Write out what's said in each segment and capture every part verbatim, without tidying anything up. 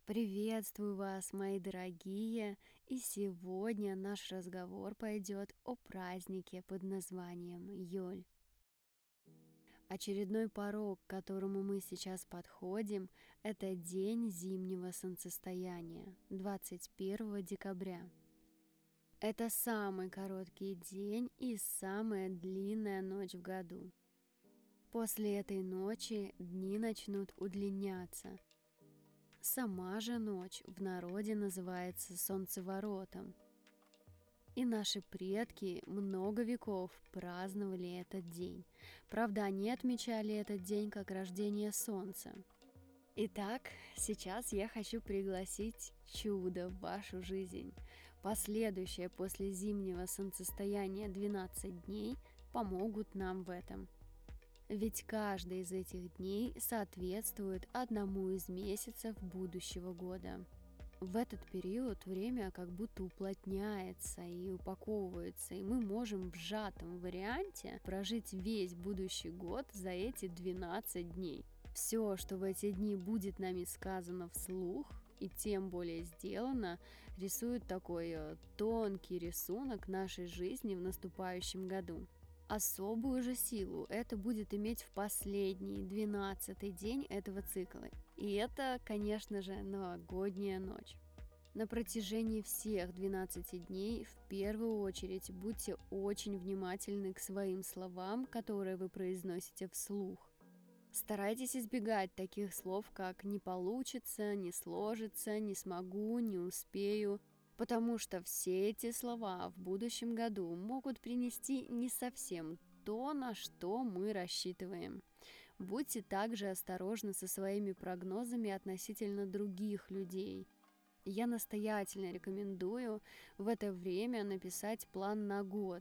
Приветствую вас, мои дорогие! И сегодня наш разговор пойдет о празднике под названием Йоль. Очередной порог, к которому мы сейчас подходим, это день зимнего солнцестояния, двадцать первого декабря. Это самый короткий день и самая длинная ночь в году. После этой ночи дни начнут удлиняться. Сама же ночь в народе называется солнцеворотом. И наши предки много веков праздновали этот день. Правда, они отмечали этот день как рождение солнца. Итак, сейчас я хочу пригласить чудо в вашу жизнь. Последующее после зимнего солнцестояния двенадцать дней помогут нам в этом. Ведь каждый из этих дней соответствует одному из месяцев будущего года. В этот период время как будто уплотняется и упаковывается, и мы можем в сжатом варианте прожить весь будущий год за эти двенадцать дней. Все, что в эти дни будет нами сказано вслух, и тем более сделано, рисует такой тонкий рисунок нашей жизни в наступающем году. Особую же силу это будет иметь в последний, двенадцатый день этого цикла. И это, конечно же, новогодняя ночь. На протяжении всех двенадцати дней в первую очередь будьте очень внимательны к своим словам, которые вы произносите вслух. Старайтесь избегать таких слов, как «не получится», «не сложится», «не смогу», «не успею», потому что все эти слова в будущем году могут принести не совсем то, на что мы рассчитываем. Будьте также осторожны со своими прогнозами относительно других людей. Я настоятельно рекомендую в это время написать план на год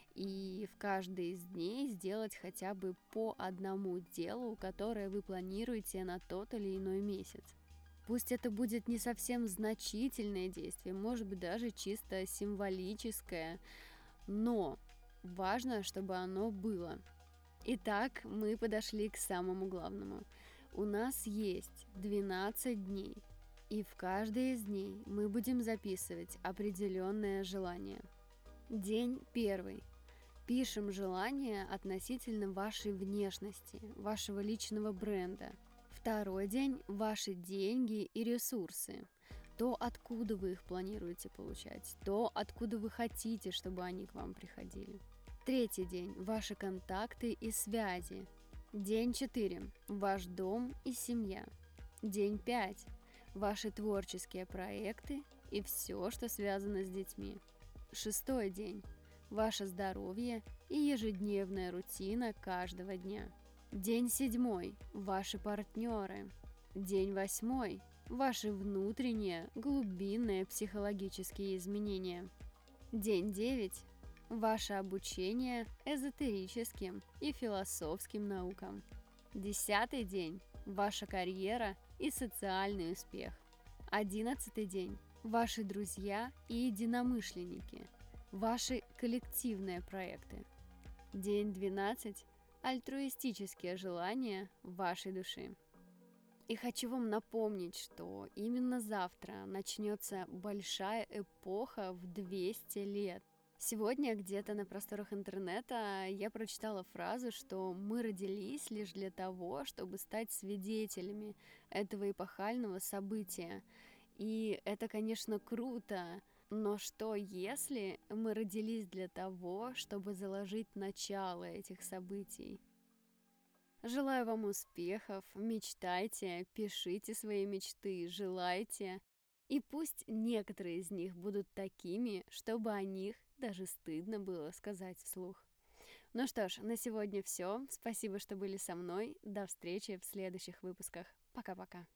и в каждый из дней сделать хотя бы по одному делу, которое вы планируете на тот или иной месяц. Пусть это будет не совсем значительное действие, может быть даже чисто символическое, но важно, чтобы оно было. Итак, мы подошли к самому главному. У нас есть двенадцать дней, и в каждый из дней мы будем записывать определенное желание. День первый. Пишем желание относительно вашей внешности, вашего личного бренда. Второй день – ваши деньги и ресурсы. То, откуда вы их планируете получать, то, откуда вы хотите, чтобы они к вам приходили. Третий день – ваши контакты и связи. День четыре – ваш дом и семья. День пять – ваши творческие проекты и все, что связано с детьми. Шестой день – ваше здоровье и ежедневная рутина каждого дня. День седьмой – ваши партнеры. День восьмой – ваши внутренние, глубинные психологические изменения. День девять – ваше обучение эзотерическим и философским наукам. Десятый день – ваша карьера и социальный успех. Одиннадцатый день – ваши друзья и единомышленники, ваши коллективные проекты. День двенадцать – альтруистические желания вашей души. И хочу вам напомнить, что именно завтра начнется большая эпоха в двести лет. Сегодня где-то на просторах интернета я прочитала фразу, что мы родились лишь для того, чтобы стать свидетелями этого эпохального события. И это, конечно, круто, но что если мы родились для того, чтобы заложить начало этих событий? Желаю вам успехов, мечтайте, пишите свои мечты, желайте. И пусть некоторые из них будут такими, чтобы о них даже стыдно было сказать вслух. Ну что ж, на сегодня все. Спасибо, что были со мной. До встречи в следующих выпусках. Пока-пока.